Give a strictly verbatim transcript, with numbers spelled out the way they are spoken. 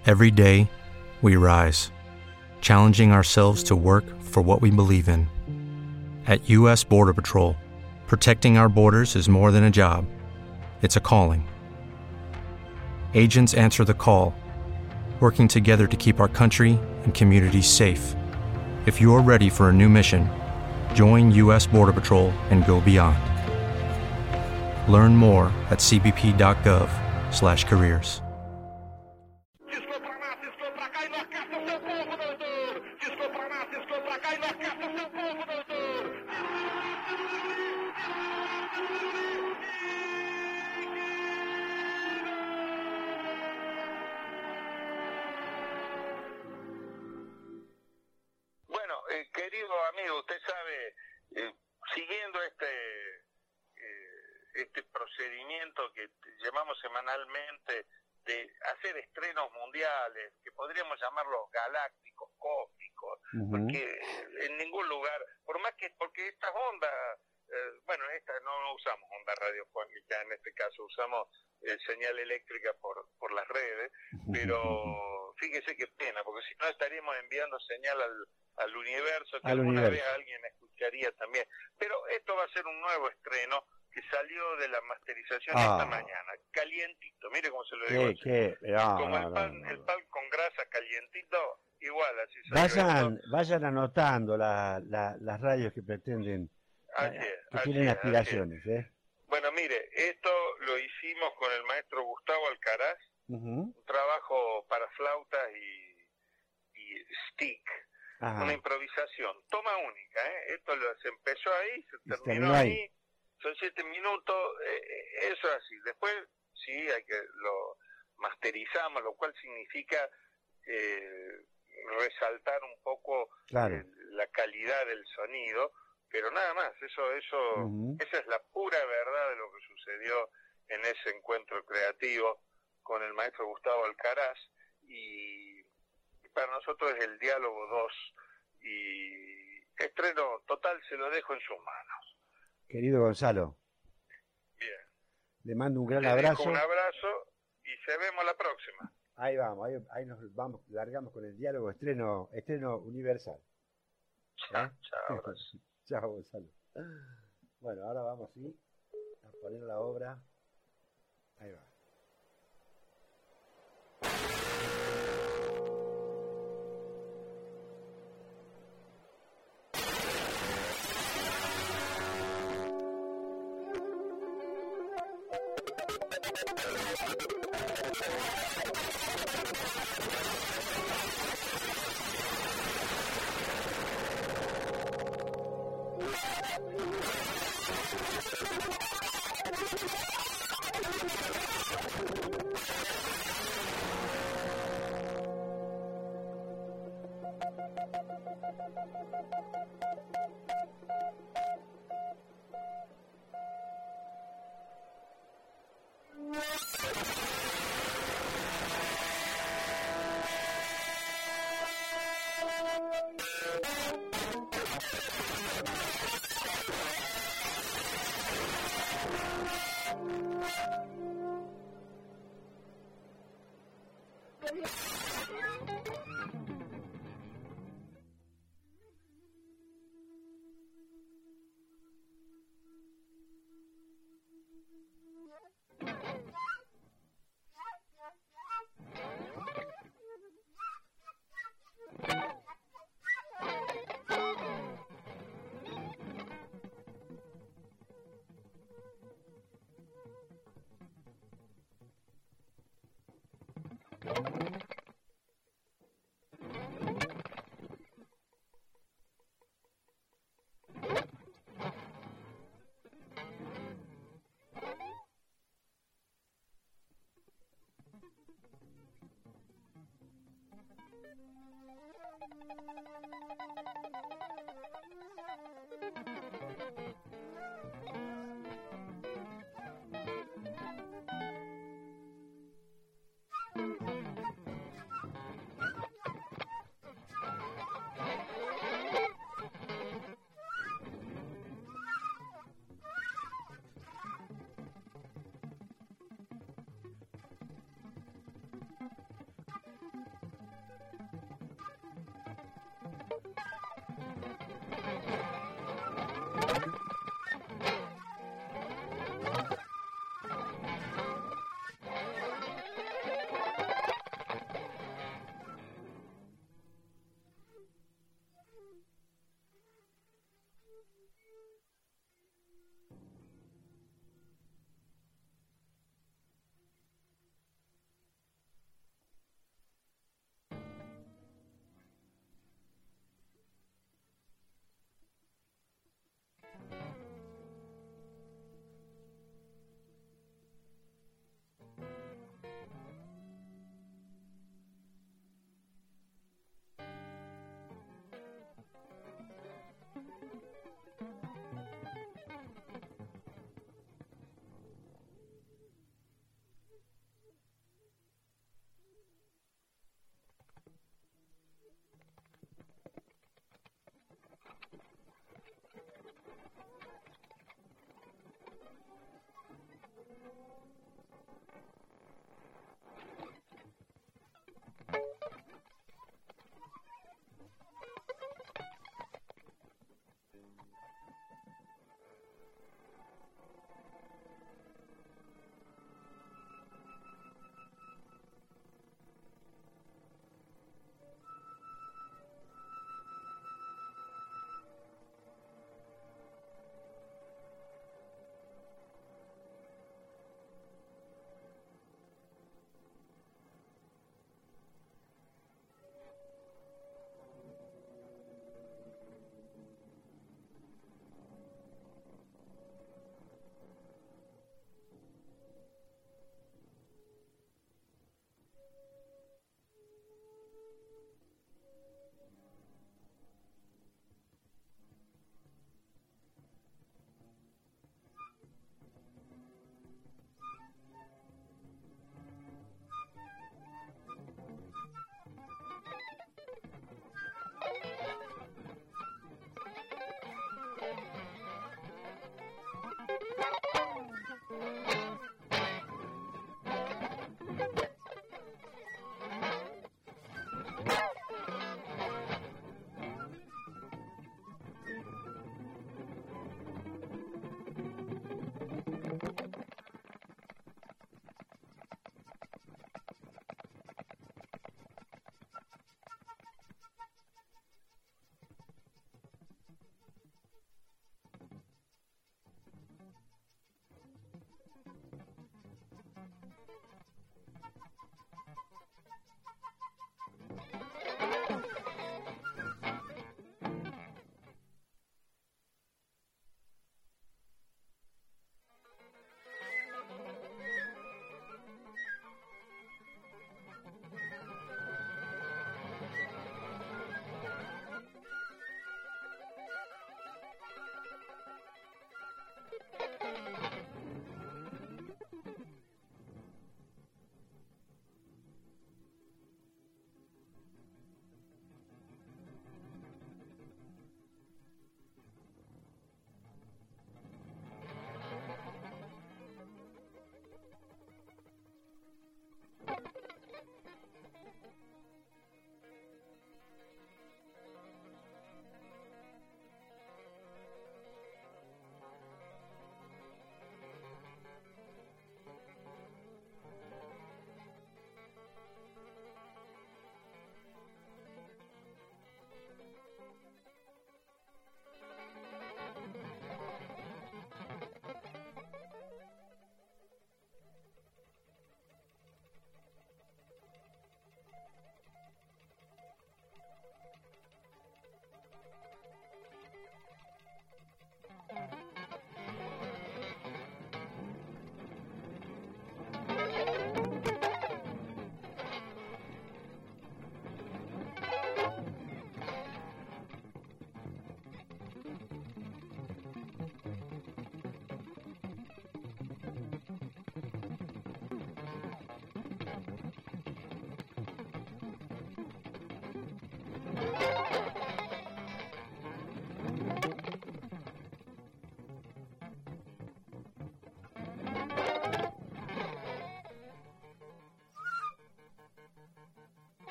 Every day, we rise, challenging ourselves to work for what we believe in. At U S Border Patrol, protecting our borders is more than a job. It's a calling. Agents answer the call, working together to keep our country and communities safe. If you're ready for a new mission, join U S Border Patrol and go beyond. Learn more at c b p dot gov slash careers. Semanalmente de hacer estrenos mundiales, que podríamos llamarlos galácticos, cósmicos, uh-huh. porque en ningún lugar, por más que, porque estas ondas, eh, bueno, esta no usamos onda radiofónica, en este caso usamos eh, señal eléctrica por, por las redes, pero fíjese qué pena, porque si no estaríamos enviando señal al, al universo, que al alguna universo. vez alguien escucharía también. Pero esto va a ser un nuevo estreno que salió de la masterización ah. esta mañana, calientito, mire cómo se lo digo. ¿Qué, qué? No, como no, el pan, no, no. el pan con grasa calientito, igual así salió. Vayan, esto. vayan anotando la, la, las radios que pretenden, así eh, es, que así tienen es, aspiraciones. ¿eh? Bueno, mire, esto lo hicimos con el maestro Gustavo Alcaraz, uh-huh. un trabajo para flautas y, y stick. Ajá. Una improvisación, toma única, ¿eh? Esto lo, se empezó ahí, se terminó, terminó ahí. ahí. Son siete minutos, eh, eso es así. Después, sí, hay que lo masterizamos, lo cual significa eh, resaltar un poco claro. eh, la calidad del sonido, pero nada más. Eso, eso, uh-huh. esa es la pura verdad de lo que sucedió en ese encuentro creativo con el maestro Gustavo Alcaraz, y, y para nosotros es el diálogo dos, y estreno total se lo dejo en sus manos. Querido Gonzalo. Bien. Le mando un gran Te abrazo. Dejo un abrazo y se vemos la próxima. Ahí vamos, ahí, ahí nos vamos, largamos con el diálogo, estreno, estreno universal. Chao, ¿Eh? chao. Chao, Gonzalo. Bueno, ahora vamos sí a poner la obra. Ahí va.